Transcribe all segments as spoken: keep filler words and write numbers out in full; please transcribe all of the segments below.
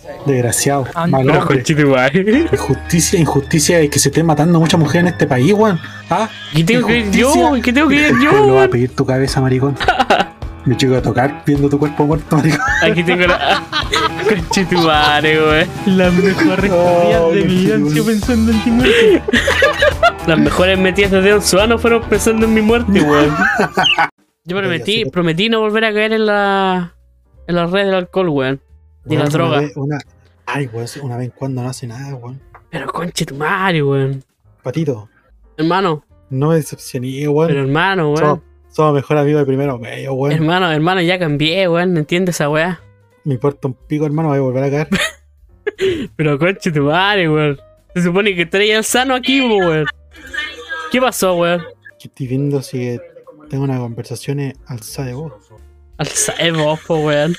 Desgraciado. Ah, Mal pero hombre. Injusticia, injusticia es que se estén matando muchas mujeres en este país, weón. ¿Ah? ¿Qué tengo que ver Injusticia. yo? ¿Qué tengo que ver El yo, pueblo va a weón? pedir tu cabeza, maricón. Me chico a tocar viendo tu cuerpo muerto, maricón. Aquí tengo la. Conchetumare, weón. Las mejores Oh, días de qué mi vida han sido chulo. pensando en ti muerte. Las mejores metidas de Deon Suano fueron pensando en mi muerte, weón. Yo prometí, prometí no volver a caer en la. en las redes del alcohol, weón. Ni la Weón, droga. Una vez, una... Ay, weón, una vez en cuando no hace nada, weón. Pero conchetumare, weón. Patito, Hermano, no me decepcioné, weón. pero hermano, weón. Somos, somos mejores amigos de primero medio, weón. Hermano, hermano, ya cambié, weón. ¿No entiendes esa weá? Me importa un pico, hermano, voy a volver a caer. Pero conchetumare, weón. Se supone que traía el sano aquí, weón. ¿Qué pasó, weón? Que estoy viendo si tengo una conversación alzada de voz. Alza de voz, po, weón.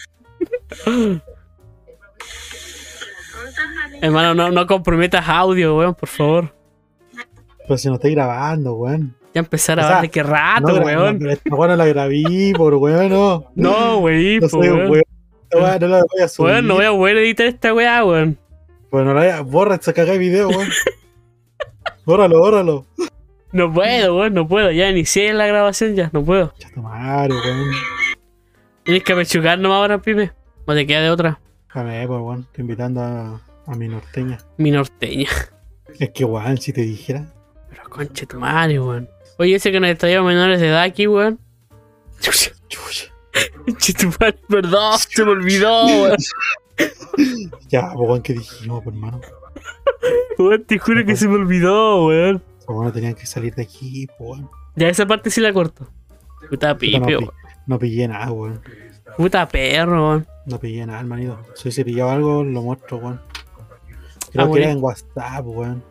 Hermano, no, no comprometas audio, weón, por favor. Pero si no estoy grabando, weón. Ya empezar a O sea, hablar de qué rato, no, gra- weón. no, pero esta weón no la grabé, por weón, no. No, wey, No po, soy weón. weón. Esta weá no la voy a subir. Weón, no voy a poder editar esta weá, weón. Pues no la voy a... Borra esta cagada de video, weón. Bórralo, bórralo. No puedo, weón, no puedo. Ya inicié la grabación, ya, no puedo. Chato madre, weón. Tienes que apechugar nomás ahora, pibe. O te queda de otra. Déjame, pues, weón. Estoy invitando a, a mi norteña. Mi norteña. Es que, weón, si te dijera. Pero conche tu madre, weón. Oye, ese que nos traía menores de edad aquí, weón. Chucha. Conche tu madre, perdón, se me olvidó, weón. Ya, pues, weón, ¿qué dijimos, pues, hermano? Weón, te juro que se me olvidó, weón. Pues, bueno, tenían que salir de aquí, pues, weón. Ya esa parte sí la corto. Puta Puta, no, pipe, pi- weón. no pillé nada, weón. Puta perro, weón. No pillé nada, hermanito. Si hubiese pillado algo, lo muestro, weón. Creo Ah, que bueno. era en WhatsApp, weón.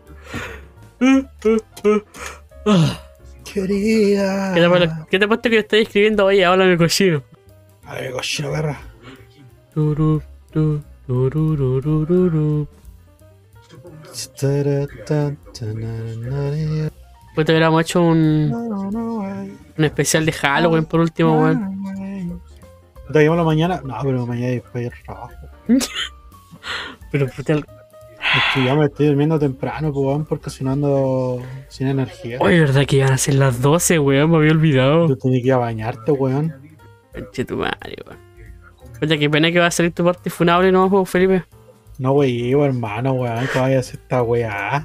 Ah. Querida. ¿Qué te, pasa- ¿Qué te ha puesto que estoy escribiendo? Oye, háblame cochino. A ver, cochino, perra. Turu, tu, turururururu. Pues te hubiéramos hecho un, un especial de Halloween por último, weón. ¿Te llamamos mañana? No, pero mañana después del trabajo. Pero puta, el- Es que ya me estoy durmiendo temprano, pues, weón, porque si no ando sin energía. oye, ¿verdad que iban a ser las doce, weón? Me había olvidado. Tú tienes que ir a bañarte, weón. Conche tu madre, weón. Oye, qué pena que va a salir tu parte funable nomás, po, Felipe. No, wey, hermano, weón, que vaya a hacer esta weá.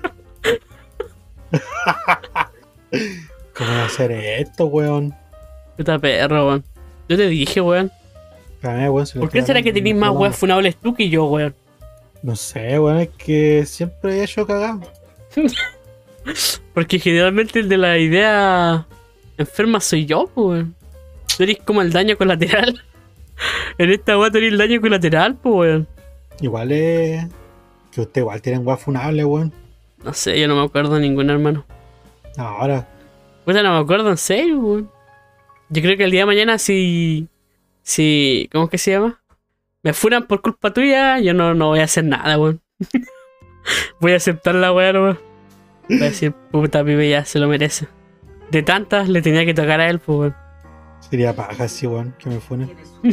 ¿Cómo voy a hacer esto, weón? Puta perro, weón. Yo te dije, weón. Espérame, weón, si lo ¿Por qué estoy será que hablando, tenéis no más estoy weas funables tú que yo, weón? hablando. No sé, weón, es que siempre he hecho cagado. Porque generalmente el de la idea enferma soy yo, po, weón. Tú eres como el daño colateral. En esta wea tú eres el daño colateral, po, weón. Igual es. Que usted igual tienen weas funables, weón. No sé, yo no me acuerdo de ninguna, hermano. Ahora. Puta, no me acuerdo, en serio, weón. Yo creo que el día de mañana si... Si... ¿Cómo es que se llama? Me funan por culpa tuya, yo no, no voy a hacer nada, weón. Voy a aceptar la weá, weón. Voy a decir, puta pibe, ya se lo merece. De tantas le tenía que tocar a él, pues, weón. Sería paja, sí, weón, que me funen.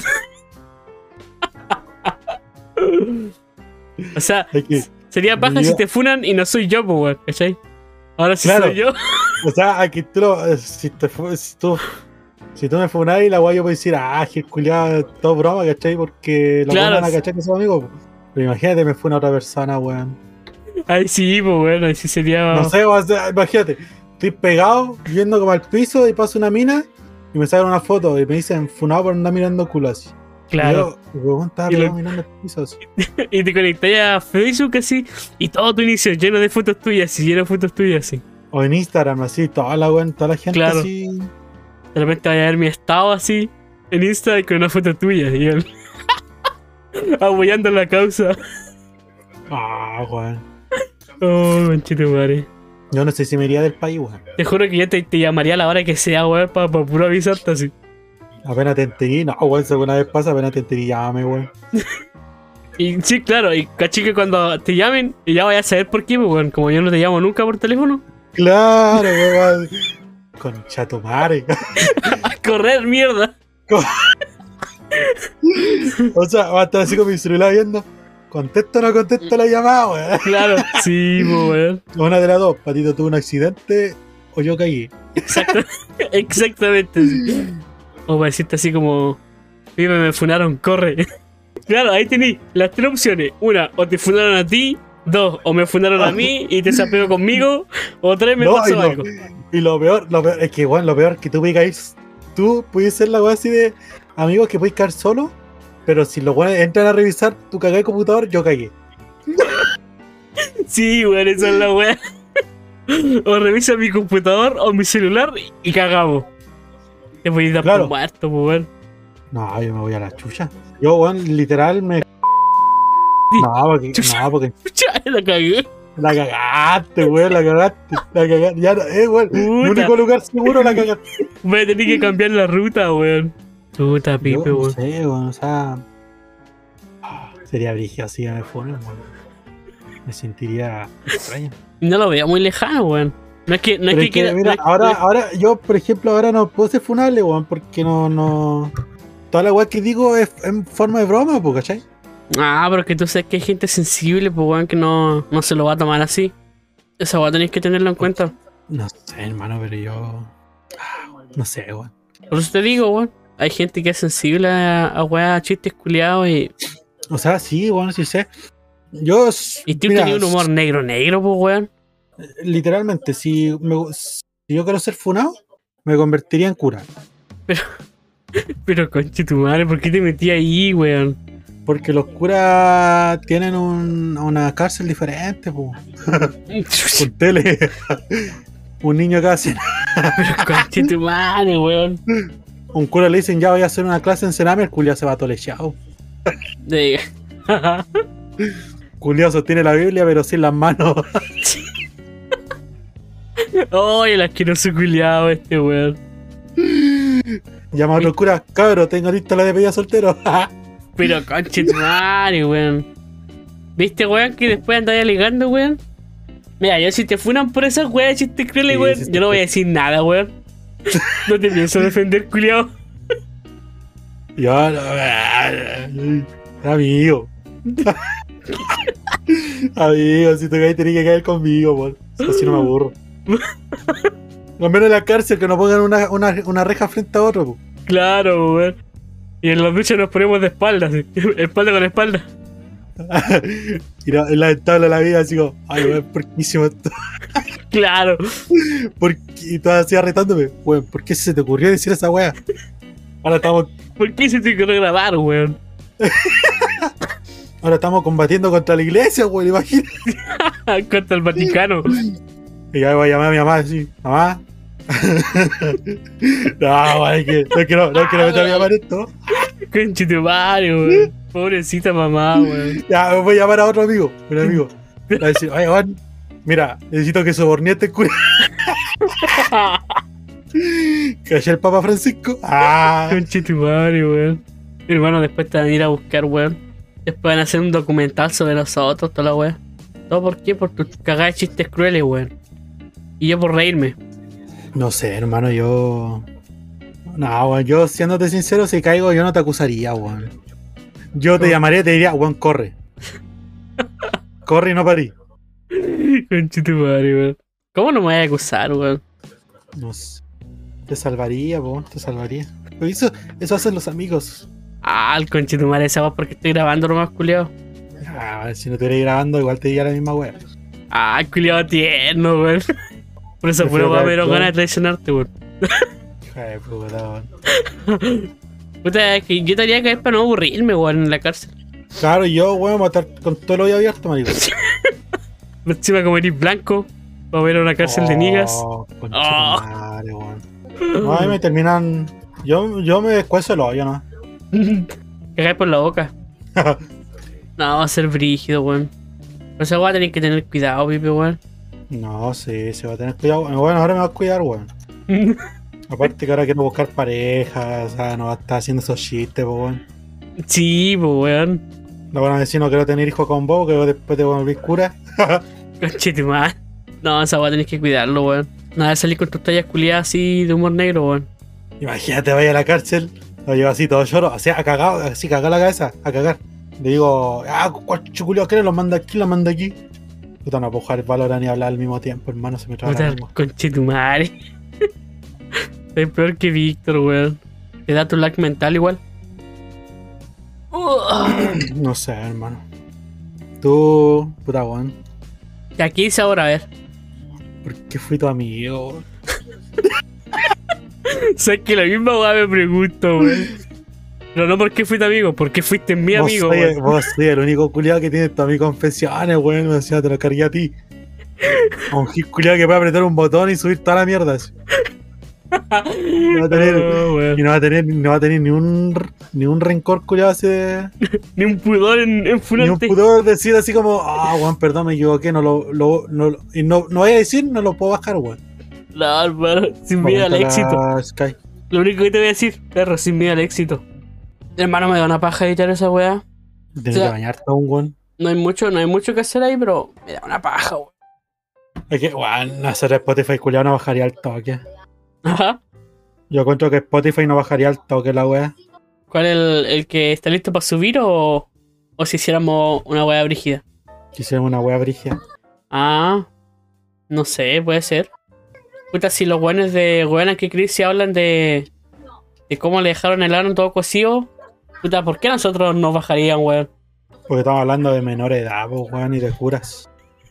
O sea, Es que, sería paja Yo- si te funan y no soy yo, pues, weón, ¿cachai? Ahora sí Claro. soy yo. o sea, aquí tú lo. Si, te, fu- si tú. Si tú me funás y la wea yo puedo decir, ah, Gil culiado, todo broma, ¿cachai? Porque la Claro. buena van a cachar que somos amigos. Pero imagínate, me funa otra persona, weón. Ahí sí, pues, weón, ahí sí sería... No sé, o sea, imagínate, estoy pegado, viendo como al piso y paso una mina y me sacan una foto y me dicen funado por andar mirando culo así. Claro. Y yo, weón, estaba Y lo- pegado mirando el piso así. Y te conectas a Facebook así y todo tu inicio lleno de fotos tuyas y lleno de fotos tuyas así. O en Instagram, así, toda la weón, toda la gente Claro. así. De repente vaya a ver mi estado así en Insta con una foto tuya y él apoyando la causa. Ah, weón. Oh, manchito madre. Yo no sé si me iría del país, weón. Te juro que yo te, te llamaría a la hora que sea, weón, para pa puro avisarte así. Apenas te enteré, no, weón, si alguna vez pasa, apenas te enteré, llámame, weón. Y sí, claro, y caché que cuando te llamen, y ya vayas a saber por qué, pues, weón, como yo no te llamo nunca por teléfono. Claro, weón. Concha tu madre. ¡A correr, mierda! O sea, va a estar así con mi celular viendo. ¿Contesto o no contesto la llamada, weón? Claro, sí, po, weón. Una de las dos, Patito tuvo un accidente o yo caí. Exacto, exactamente. Sí. O para decirte así como, Pipe, me funaron, corre. Claro, ahí tení las tres opciones. Una, o te funaron a ti. Dos, o me funaron a mí y te sapeo conmigo. O tres, me No, pasó y lo, algo. y lo peor, lo peor, es que, weón, lo peor que tú puedes caer, tú puedes ser la weá así de amigos que puedes caer solo, pero si los weones entran a revisar tu cagada de computador, yo cagué. Sí, weón, esa es la weá. O revisa mi computador o mi celular y cagamos. Te voy a dar Claro. por muerto, po, weón. No, yo me voy a la chucha. Yo, weón, literal me. No, porque. No, porque. Ya, la cagué. La cagaste, weón, la cagaste. La cagaste. Ya, no- eh, weón. Puta. El único lugar seguro la cagaste. Voy a tener que cambiar la ruta, weón. Puta, Yo Pipe, no weón. sé, weón, o sea. ah, Sería brígido así me funen, weón. Me sentiría extraño. No lo veo muy lejano, weón. No es que, no es Pero que es que, quiera. mira, no es- ahora, no es- ahora, yo, por ejemplo, ahora no puedo ser funable, weón, porque no, no. Toda la weá que digo es en forma de broma, pues, ¿cachai? Ah, pero es que tú sabes que hay gente sensible, pues, weón, que no, no se lo va a tomar así. Esa weá tenéis que tenerlo en cuenta. No sé, hermano, pero yo. ah, No sé, weón. Por eso te digo, weón. Hay gente que es sensible a, a weá, chistes culiados y. O sea, sí, bueno, sí sé. Yo. s- Y tú mira, tenías un humor negro, negro, pues, weón. Literalmente, si, me, si yo quiero ser funado, me convertiría en cura. Pero conche tu madre, ¿por qué te metí ahí, weón? Porque los curas tienen un, una cárcel diferente, pues. Con tele. Un niño casi. Pero conche tu madre, weón. Un cura le dicen, ya voy a hacer una clase en Sename, el culiao se va tolecheado. De- Culiao sostiene la Biblia, pero sin las manos. Oye, el asqueroso culiado este, weón. Llama a otro cura, cabro, tengo lista la despedida soltero. Pero conche tu madre, weón. ¿Viste, weón, que después andáis alegando, weón? Mira, yo si te funan por esas weas chistes crueles, Sí, weón, sí, sí, yo no voy a sí. decir nada, weón. No te pienso defender, culiao. Yo, no, amigo. Amigo, si tú caes, tenés que caer conmigo, por. Así no me aburro. Al menos en la cárcel, que nos pongan una, una, una reja frente a otro, po. Claro, weón. Y en la ducha nos ponemos de espaldas, ¿sí? Espalda con espalda. Y la- en la tabla de la vida, así como, ay, weón, porquísimo esto. Claro. ¿Por qué? Y tú así retándome, weón, ¿por qué se te ocurrió decir esa wea? Ahora estamos, ¿Por qué se te ocurrió grabar, weón? ahora estamos combatiendo contra la iglesia, weón, imagínate. Contra el Vaticano. Y ya voy a llamar a mi mamá así, mamá. No, weón, es que no quiero, no quiero meter a mi mamá en esto. Conche tu madre, weón. Pobrecita mamá, weón. Ya, voy a llamar a otro amigo, un amigo. Le voy a decir, oye, Juan, mira, necesito que soborne a este cura. Que haya el Papa Francisco. Ah, Conche tu madre, weón. Mi hermano, después te van a ir a buscar, weón. Después van a hacer un documental sobre nosotros, toda la weón. ¿Todo por qué? Por tus cagadas de chistes crueles, weón. Y yo por reírme. no sé, hermano, yo. No, weón, yo siéndote sincero, si caigo, yo no te acusaría, weón. Yo te ¿Cómo? llamaría y te diría, weón, corre. Corre y no parí. Conche tu madre, weón. ¿Cómo no me voy a acusar, weón? No sé. Te salvaría, weón, te salvaría. Pero eso, eso hacen los amigos. Ah, el conche tu madre, esa weón porque estoy grabando nomás, culiao. Ah, si no te estuviera grabando, igual te diría la misma weón. Ah, culiao tierno, weón. Por eso, puro Prefiero va a caer menos yo. ganas de traicionarte, weón. Hija de puta, weón. Puta, es que yo te haría caer para no aburrirme, weón, en la cárcel. Claro, yo, weón, voy a estar con todo el hoyo abierto, marico. Encima como eres blanco, va a ver a una cárcel de niggas. Oh, concha Oh. tu madre, weón. No, ahí me terminan. Yo, yo me descuezo el hoyo, ¿no? Cagáis por la boca. No, va a ser brígido, weón. Por eso va a tener que tener cuidado, pipe, weón. No, sí, se va a tener cuidado. Bueno, ahora me va a cuidar, weón. Aparte que ahora quiero buscar parejas, o sea, no va a estar haciendo esos chistes, po, weón. Sí, pues, weón. No van a decir no quiero tener hijos con vos, que después te volvís cura. Conchete más. No, esa weá tenés que cuidarlo, weón. Nada de salir con tus tallas culiadas así de humor negro, weón. Imagínate, vaya a la cárcel, lo lleva así todo lloro, así a cagado, así cagado la cabeza, a cagar. Le digo, ah, cuacho culiao, ¿qué lo manda aquí? Lo manda aquí. Puta, no puedo jugar Valorant ni hablar al mismo tiempo, hermano, se me traba la Puta, lengua. conchetumare. Es peor que Víctor, weón. Te da tu lag mental igual. No sé, hermano. Tú, puta weón, ¿Y aquí dice ahora? A ver. ¿por qué fui tu amigo? Sabes que la misma weá me pregunto, weón. Pero no porque fui tu amigo, porque fuiste mi Vos amigo, soy, weón. vos soy el único culiado que tiene todas mis confesiones, weón. Me decía, te lo cargué a ti. A un hit culiado que puede apretar un botón y subir toda la mierda. Así. No va a tener, Oh, weón. y no va a tener, no va a tener ni un ni un rencor culiado así de. Ni un pudor en, en Ni un funarte. pudor decir así como, ah, weón, perdón, me equivoqué, no lo, lo, no, lo- y no, no voy a decir, no lo puedo bajar, weón. No, hermano, sin Voy a miedo al contar éxito. a Sky. Lo único que te voy a decir, perro, sin miedo al éxito. Hermano, me da una paja editar esa weá. Tienes O sea- que bañarte aún, weón. No hay mucho, no hay mucho que hacer ahí, pero me da una paja, weón. Es que, weón, hacer Spotify culiado no bajaría al toque. Ajá. Yo encuentro que Spotify no bajaría al toque la weá. ¿Cuál es el, el que está listo para subir o, o si hiciéramos una weá brígida? Quisiéramos una weá brigia. Ah, no sé, puede ser. Puta, si los weones de Weona que Chris hablan de, de cómo le dejaron el ano todo cocido, puta, ¿por qué nosotros nos bajarían, weón? Porque estamos hablando de menor edad, po, weón, y de curas.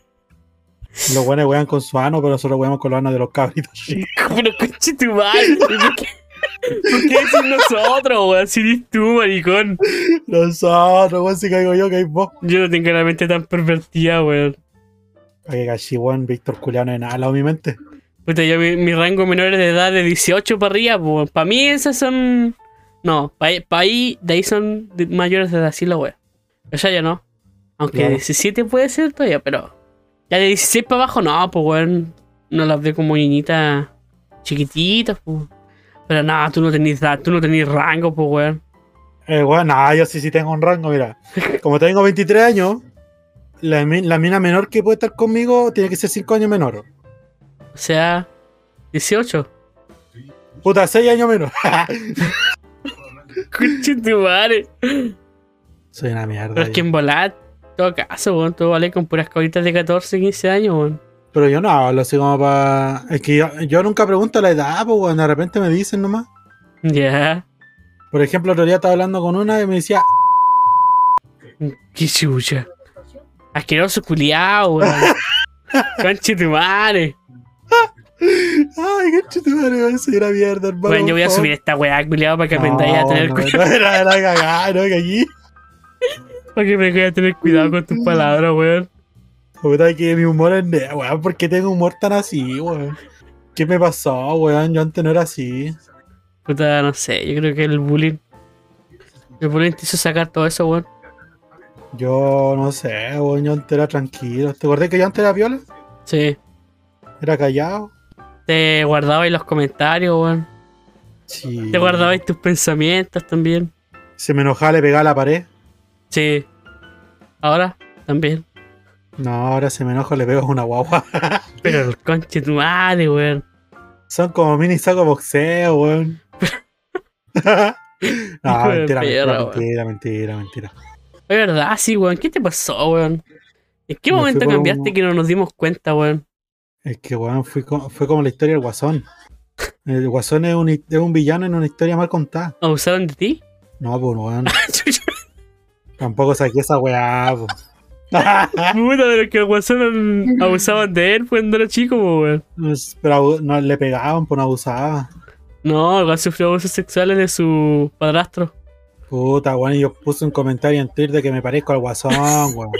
Los weones wean con su ano, pero nosotros weamos con los anos de los cabritos. Pero conche tu madre, ¿por qué, ¿por qué decir nosotros, weón? Si eres tú, maricón. Nosotros, weón, si caigo yo, que vos. Yo no tengo la mente tan pervertida, weón. Oye, cachi, weón, Víctor Culiano en nada al lado de mi mente. Puta, yo mi, mi rango menor de edad de dieciocho para arriba, pues. Para mí esas son. No, para ahí, de ahí son de- mayores de edad, sí la wea. O sea, ya no. Aunque Claro. diecisiete puede ser todavía, pero. Ya de dieciséis para abajo, no, pues weón. No las veo como niñitas chiquititas, pues. Pero nada, tú no tenés edad, tú no tenés rango, pues weón. Eh, weón, nada, yo sí sí tengo un rango, mira. Como tengo veintitrés años, la, mi- la mina menor que puede estar conmigo tiene que ser cinco años menor. O sea, dieciocho. Puta, seis años menos. Conche tu madre. Soy una mierda. Pero es yo. que en volar, en todo caso, weón, tú vale con puras cabritas de catorce, quince años, weón. Pero yo no hablo así como para. Es que yo, yo nunca pregunto la edad, pues, weón, de repente me dicen nomás. Ya. Por ejemplo, el otro día estaba hablando con una y me decía, Qué chucha. Asqueroso culiao, weón. Conche tu madre. ay, qué chute madre, weón, soy una mierda, hermano. Bueno, yo voy a por favor". subir esta weá, culiao, para que aprendáis a tener no, cuidado. no, era la cagada, no, que aquí. Para que aprendáis a tener cuidado con tus palabras, weón. Puta, que mi humor es ne- weón, ¿por qué tengo humor tan así, weón? ¿Qué me pasó, weón? Yo antes no era así. Puta, no sé, yo creo que el bullying. El bullying te hizo sacar todo eso, weón. Yo no sé, weón, yo antes era tranquilo. ¿Te acordás que yo antes era viola? Sí. Era callado. Te guardabais los comentarios, weón. Sí. Te guardabais tus pensamientos también. Se me enojaba, le pegaba a la pared. Sí. Ahora, también. No, ahora se me enoja, le pego una guagua. Pero el conche tu madre, weón. Son como mini saco boxeo, weón. No, Hijo de mentira, perra, mentira, weón. mentira, mentira, mentira. Es verdad, sí, weón. ¿Qué te pasó, weón? ¿En qué Me momento fui por cambiaste un- que no nos dimos cuenta, weón? Es que, weón, fui co- fue como la historia del Guasón. El Guasón es un, es un villano en una historia mal contada. ¿Abusaron de ti? No, pues, weón. Tampoco saqué esa weá, po. Puta, de los que el guasón abusaban de él cuando era chico, po, weón. Pero abu- no le pegaban, pues no abusaba. No, el weón sufrió abusos sexuales de su padrastro. Puta, weón, y yo puse un comentario en Twitter de que me parezco al Guasón, weón.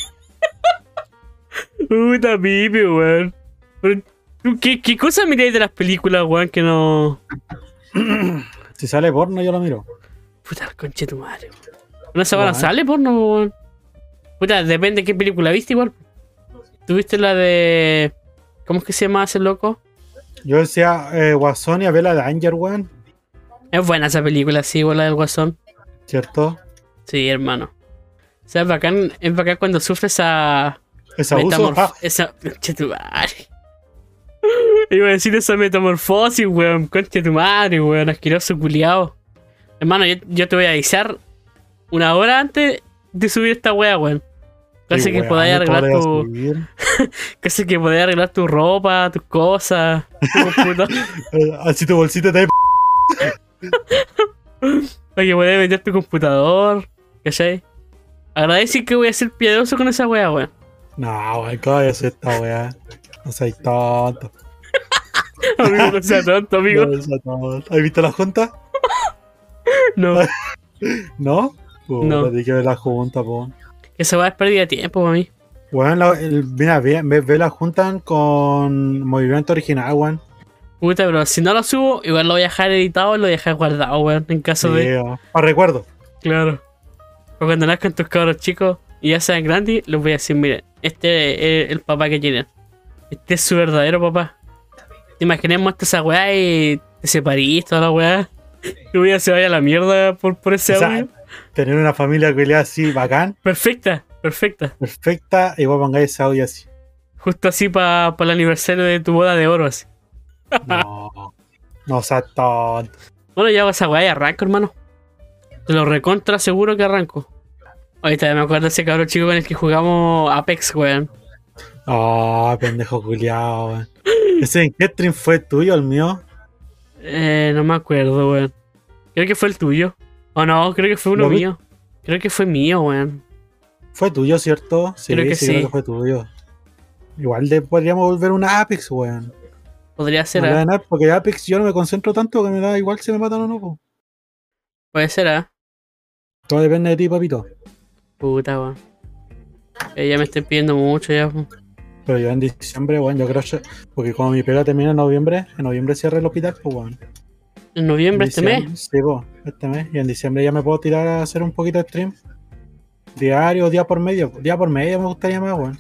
Puta pipi, weón. Pero, ¿tú ¿qué, ¿Qué cosas miráis de las películas, weón, que no. Si sale porno, yo lo miro. Puta, conche tu madre, weón. ¿Una semana Weón. sale porno, weón? Puta, depende de qué película viste, igual. ¿Tuviste la de. ¿Cómo es que se llama ese loco? Yo decía, eh, Guasón y Abela Danger, weón. Es buena esa película, sí, igual la del guasón. ¿Cierto? Sí, hermano. O sea, es bacán, es bacán cuando sufre esa. Es abuso. metamorf- Ah, Esa. Conche tu madre. Iba a decir esa metamorfosis, weón. Conche tu madre, weón. Asqueroso culiao. Hermano, yo, yo te voy a avisar una hora antes de subir esta wea, weón. Casi Sí, que weón, podáis ¿cómo arreglar le vas a tu. subir? Casi que podáis arreglar tu ropa, tus cosas, tu computador. Eh, Así tu bolsita te. Para que podáis meter tu computador. ¿Cachai? Agradece que voy a ser piadoso con esa wea, weón. No, weón, ¿cómo voy a hacer esta weá? No seas tonto. Amigo, no sea tonto, amigo. No seas tonto. ¿Has visto la junta? No. ¿No? Puta, No. tienes que ver la junta, po. Esa weá es pérdida de tiempo para mí. Weón, la, el- mira, ve, ve, ve la juntan con movimiento original, weón. Puta, pero si no lo subo, igual lo voy a dejar editado y lo voy a dejar guardado, weón. En caso de. Para recuerdo. Claro. Pero cuando nazcan tus cabros chicos y ya sean grandes, les voy a decir, miren, este es el papá que tienen. Este es su verdadero papá. Imaginemos esta esa weá y te separís, toda la weá. Tu vida se vaya a la mierda por, por ese O sea, audio. tener una familia que le así bacán, Perfecta, perfecta. perfecta, y vos pongáis ese audio así. Justo así para el aniversario de tu boda de oro, así. No, no seas tonto. Bueno, ya hago esa weá y arranco, hermano. Te lo recontra seguro que arranco. Ahorita me acuerdo de ese cabrón chico con el que jugamos Apex, weón. Ah, pendejo culiao, weón. ¿Ese en qué stream fue tuyo, el mío? Eh, no me acuerdo, weón. Creo que fue el tuyo. O no, creo que fue uno ¿Lo vi? mío. Creo que fue mío, weón. ¿Fue tuyo, cierto? Sí, Creo que sí, sí. creo que fue tuyo. Igual de, podríamos volver una Apex, weón. Podría ser, No le ¿ah? da nada, porque Apex yo no me concentro tanto que me da igual si me matan o no, po. Puede ser, ¿ah? Todo depende de ti, papito. Puta, weón. Eh, ya me estoy pidiendo mucho ya, po. Pero yo en diciembre, weón, yo creo que... Porque como mi pega termina en noviembre, en noviembre cierra el hospital, pues, weón. En noviembre En este diciembre- mes. Sí, po, este mes. Y en diciembre ya me puedo tirar a hacer un poquito de stream. Diario, día por medio. Día por medio me gustaría más, weón.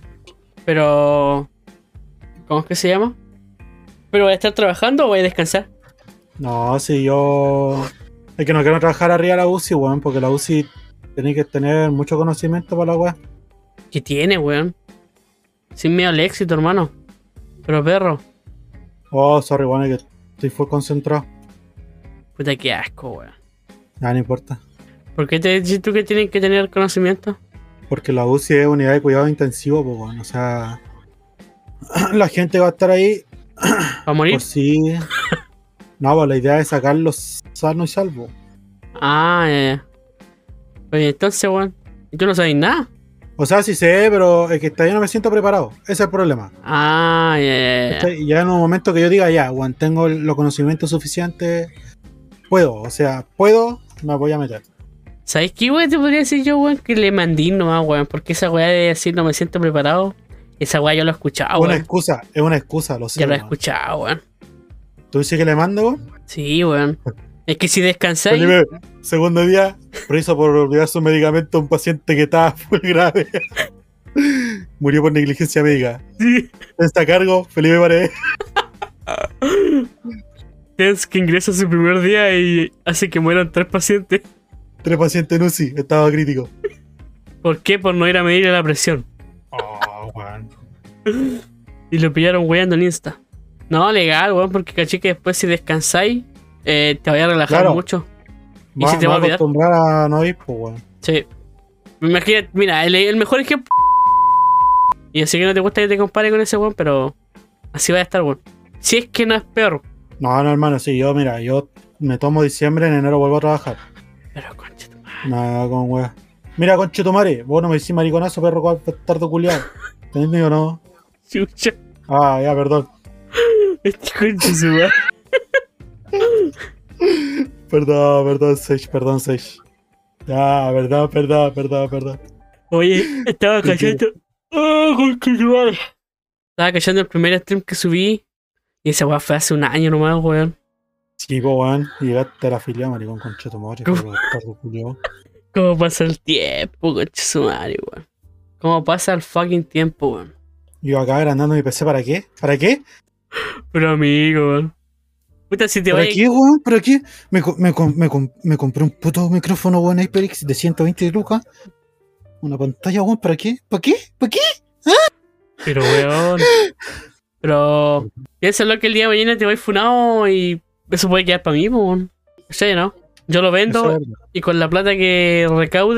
Pero. ¿Cómo es que se llama? ¿Pero voy a estar trabajando o voy a descansar? No, si yo... Es que no quiero trabajar arriba de la U C I, weón, porque la U C I tiene que tener mucho conocimiento para la weá. ¿Qué tiene, weón? Sin miedo al éxito, hermano. Pero perro. Oh, sorry, weón, es que estoy full concentrado. Puta, qué asco, weón. Nada, no importa. ¿Por qué te dices tú que tienen que tener conocimiento? Porque la U C I es unidad de cuidado intensivo, pues, weón. O sea... La gente va a estar ahí ¿Para morir? por si... No, pues la idea es sacarlos sano y salvo. Ah, ya, ya. Oye, entonces, weón. ¿Y tú no sabes nada? O sea, sí sé, pero es que todavía no me siento preparado. Ese es el problema. Ah, ya, ya, ya. ¿Cachai? Y ya en un momento que yo diga, ya, weón, tengo los conocimientos suficientes, puedo, o sea, puedo, me voy a meter. ¿Sabes qué, weón? Te podría decir yo, weón, que le mandé nomás, weón. Porque esa weá de decir no me siento preparado. Esa weá yo lo he escuchado, Es una weón. excusa, es una excusa, lo sé. Ya lo he weón. escuchado, weón. ¿Tú dices que le mando, weón? Sí, weón. Es que si descansáis. Felipe, segundo día, preso por olvidar su medicamento a un paciente que estaba full grave. Murió por negligencia médica. Sí. Está a cargo, Felipe Paredes. Es que ingresa su primer día y hace que mueran tres pacientes. Tres pacientes en U C I, estado crítico. ¿Por qué? Por no ir a medir la presión. Oh, weón. Y lo pillaron weyando en Insta. No, legal, weón, porque caché que después si descansáis, eh, te vaya a relajar Claro. mucho. Y Va, si te va va a a olvidar. acostumbrar a no ir, pues, weón. Sí. Imagínate, mira, el, el mejor ejemplo. Y así que no te gusta que te compare con ese weón, pero así va a estar, weón. Si es que no es peor. No, no, hermano, sí, yo, mira, yo me tomo diciembre, en enero vuelvo a trabajar. Pero concha tu madre. Nada con weá. Mira, conchetumare, vos no me decís mariconazo, perro, cual tardo culiado. ¿Entendés o no? Chucha. Ah, ya, perdón. Este concha su madre. Perdón, perdón, Sage, perdón, Sage. Ya, perdón, perdón, perdón, perdón. Oye, estaba callando. ¡Oh, concha su madre! Estaba callando el primer stream que subí. Y esa weá fue hace un año nomás, weón. Sí, po, weón, y llegaste a la filia, maricón, conchetumare, ¿Cómo? perro, tardo culiado. ¿Cómo pasa el tiempo, concha su madre, weón? ¿Cómo pasa el fucking tiempo, weón? Yo acá agrandando mi P C, ¿para qué? ¿Para qué? Pero amigo, weón. Puta, si te ¿Para voy qué, weón? ¿Para qué? Me, co- me, com- me, com- me compré un puto micrófono, weón, HyperX de ciento veinte lucas. Una pantalla, weón, ¿para qué? ¿Para qué? ¿Para qué? Pero, weón. Pero, piénsalo que el día de mañana te voy funado y eso puede quedar para mí, po, weón. ¿Sí, no? Yo lo Eso es vendo verdad. y con la plata que recaude,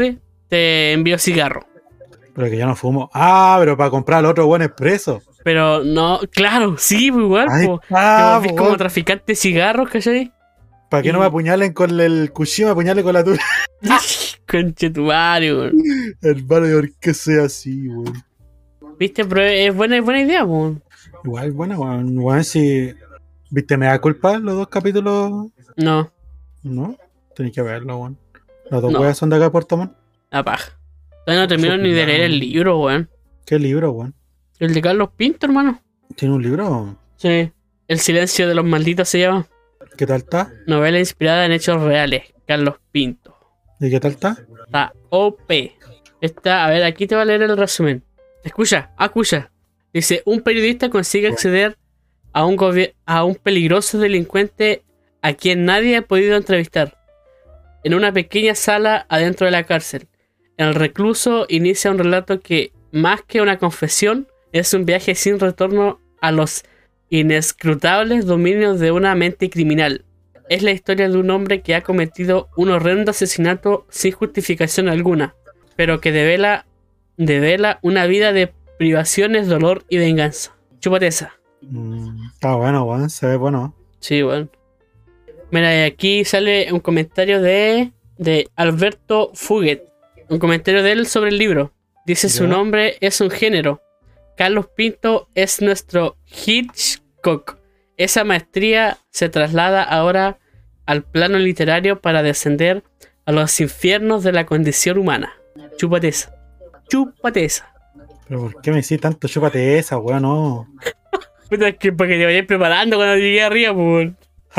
te envío cigarro. Pero que yo no fumo. Ah, pero para comprar el otro buen expreso. Pero no, claro, sí, pues igual, Ahí po. está, Te volvís po, como weón. traficante de cigarros, ¿cachai? Para que no y- me apuñalen con el cuchillo, me apuñalen con la tuya. Conche tu madre, weón. Hermano, ¿por qué soy así, weón? Viste, pero es buena, es buena idea, weón. Igual, bueno, weón. Weón, si. ¿Viste? ¿Me da culpa los dos capítulos? No, No. Tenéis que verlo, weón. Las dos No. weas son de acá de Puerto Montt. la paja. Todavía no termino ni de leer el libro, weón. ¿Qué libro, weón? El de Carlos Pinto, hermano. ¿Tiene un libro? Sí. El silencio de los malditos se llama. ¿Qué tal está? Novela inspirada en hechos reales. Carlos Pinto. ¿Y qué tal está? Está O P. Está, a ver, aquí te va a leer el resumen. Escucha, escucha. Dice, un periodista consigue acceder a un, gobier- a un peligroso delincuente a quien nadie ha podido entrevistar. En una pequeña sala adentro de la cárcel. El recluso inicia un relato que, más que una confesión, es un viaje sin retorno a los inescrutables dominios de una mente criminal. Es la historia de un hombre que ha cometido un horrendo asesinato sin justificación alguna, pero que devela, devela una vida de privaciones, dolor y venganza. Chúpate esa. Mm, está bueno, weón. Se ve bueno. Sí, bueno. Mira, y aquí sale un comentario de, de Alberto Fuguet. Un comentario de él sobre el libro. Dice, su Ya. nombre es un género. Carlos Pinto es nuestro Hitchcock. Esa maestría se traslada ahora al plano literario para descender a los infiernos de la condición humana. Chúpate esa. Chúpate esa. Pero ¿por qué me decís tanto? Chúpate esa, weón, no. Puta, es que para que te vayas preparando cuando llegue arriba, pues.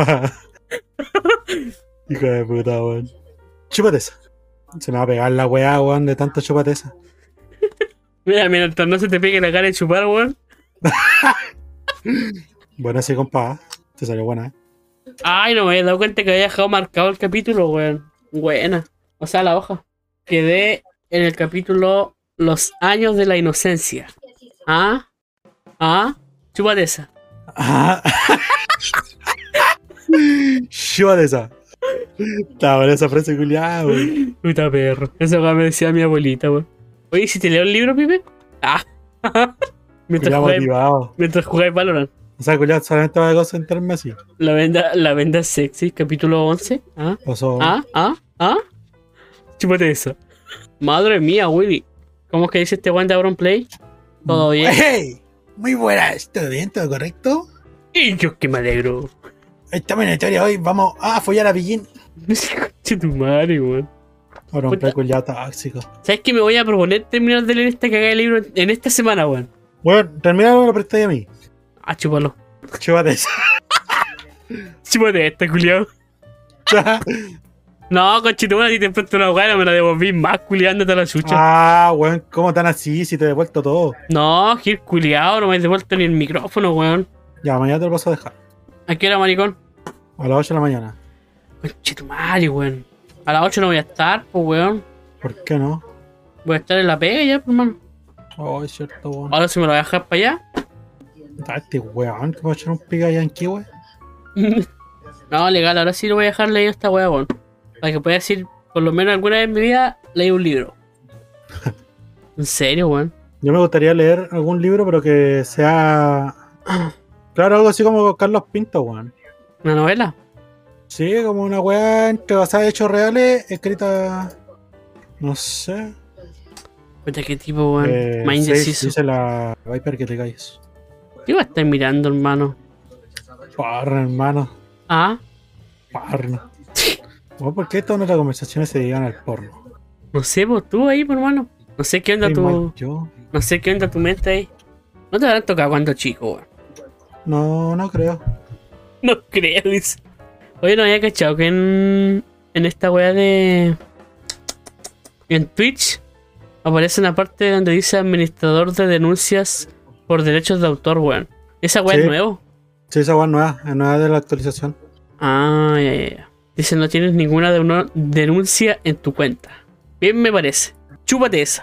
Hijo de puta, weón. Chúpate esa. Se me va a pegar la weá, weón, de tanto chúpate esa. Mira, mientras no se te pegue la cara de chupar, weón. Bueno, sí, compa. Te salió buena, eh. Ay, no me había dado cuenta que había dejado marcado el capítulo, weón. Buena. O sea, la hoja. Quedé en el capítulo Los años de la inocencia. ¿Ah? ¿Ah? Chúpate esa. Ah. Chúpate esa. Está buena esa frase culiada, weón. Puta perro. Eso me decía mi abuelita, weón. Oye, si te leo el libro, Pipe. Ah. mientras, Culiado jugáis, motivado. mientras jugáis Valorant. O sea, culiado solamente va a concentrarme así. La venda, la venda sexy, capítulo once. ¿Ah? Oso. ¿Ah? ¿Ah? ¿Ah? Chúpate eso. Madre mía, Willy. ¿Cómo es que dice este one de Auron Play? ¿Todo bien? ¡Hey! Muy buena. ¿Todo bien? ¿Todo correcto? Y yo que me alegro. Estamos en la historia hoy. Vamos a follar a Pillín. Conche tu madre, weón. Ahora un Puta. play culiado tóxico. ¿Sabes que me voy a proponer terminar de leer este cagada de libro en, en esta semana, weón? Bueno, terminado lo prestáis a mí. Ah, chúpalo. Chúpate esa. Chúpate este, culiao. No, conchito, a ti te presto una weá, me la devolví más culiándote a la chucha. Ah, weón, ¿cómo tan así? Si te he devuelto todo. No, Gil culiao, no me has devuelto ni el micrófono, weón. Ya, mañana te lo paso a dejar. ¿A qué hora, maricón? A las ocho de la mañana. Conchito madre, weón. A las ocho no voy a estar, pues, weón. ¿Por qué no? Voy a estar en la pega ya, pues, hermano. Oh, es cierto, weón. Ahora si me lo voy a dejar para allá. Date, weón, que va a echar un pica yankee, weón. No, legal, ahora sí lo voy a dejar leído esta weá, weón. Para que pueda decir, por lo menos alguna vez en mi vida, leí un libro. ¿En serio, weón? Yo me gustaría leer algún libro, pero que sea. Claro, algo así como Carlos Pinto, weón. ¿Una novela? Sí, como una weá entre basada en hechos reales, escrita. No sé. Cuenta qué tipo, weón. Eh, Más sí, indeciso. dice la Viper que te calles. ¿Qué iba a estar mirando, hermano? Parra, hermano. Ah, Parra. Bueno, ¿por qué todas nuestras conversaciones se dedican al porno? no sé, pues tú ahí, pues, hermano. No sé qué onda Soy tu. mal yo. No sé qué onda tu mente ahí. No te habrán tocado cuando chico, weón. No, no creo. No creo, dice. Oye, no había cachado que en. En esta weá de. En Twitch aparece una parte donde dice administrador de denuncias por derechos de autor, weón. ¿Esa weá Sí. es nuevo? Sí, esa weá es nueva, es nueva de la actualización. Ah, ya, ya, ya. Dice no tienes ninguna de una denuncia en tu cuenta. Bien me parece. Chúpate esa.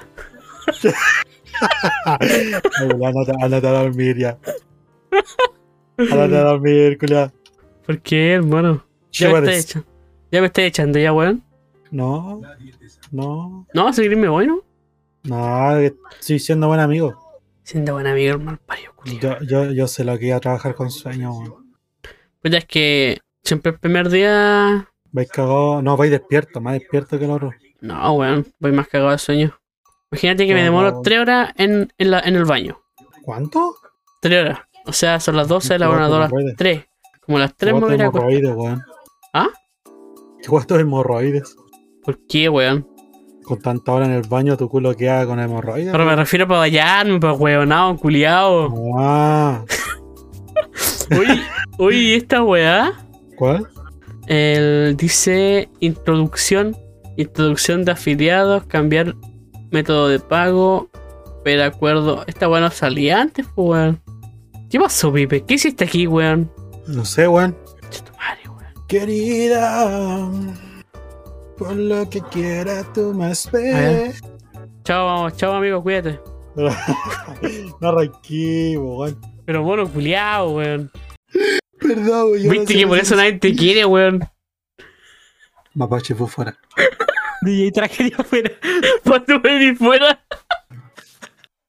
Ay, culiao, andate, andate a dormir ya. Andate a dormir, culiao. ¿Por qué, hermano? Ya me Chúpate está esa. echando. Ya me está echando ya, weón. No, no, No, seguir me voy, ¿no? no, que estoy siendo buen amigo. Siendo buen amigo, hermano, pario, culiao. Yo, yo, yo sé lo que iba a trabajar con sueño, weón. Pues ya es que siempre el primer día. Vais cagado, no, vais despierto, más despierto que el otro. No, weón, voy más cagado de sueño. Imagínate que me ¿Cómo? demoro tres horas en, en, la, en el baño. ¿Cuánto? Tres horas. O sea, son las doce, la Igual una, tu dos, las hemorroides. tres. Como las tres me Igual voy a tu ir a acostar. hemorroides, weón. ¿Ah? Igual tus hemorroides. ¿Por qué, weón? Con tanta hora en el baño, tu culo queda con hemorroides. Pero me weón. refiero para bañarme, para weonado, culiao. Ah, Uy, uy, esta weá. ¿cuál? El, dice introducción. Introducción de afiliados, cambiar método de pago, pero acuerdo. Esta weá no salía antes, pues, weón. ¿Qué pasó, Pipe? ¿Qué hiciste aquí, weón? No sé, weón. Che tu madre, weón. Querida, por lo que quiera tú más ve. Chao, vamos, chao, amigo, cuídate. No arranquemos, weón. Pero mono culiao, weón. Perdón, weón. Viste que por eso nadie te quiere, weón. Mapache fue fuera. D J tragedia fuera. Para tu baby fuera.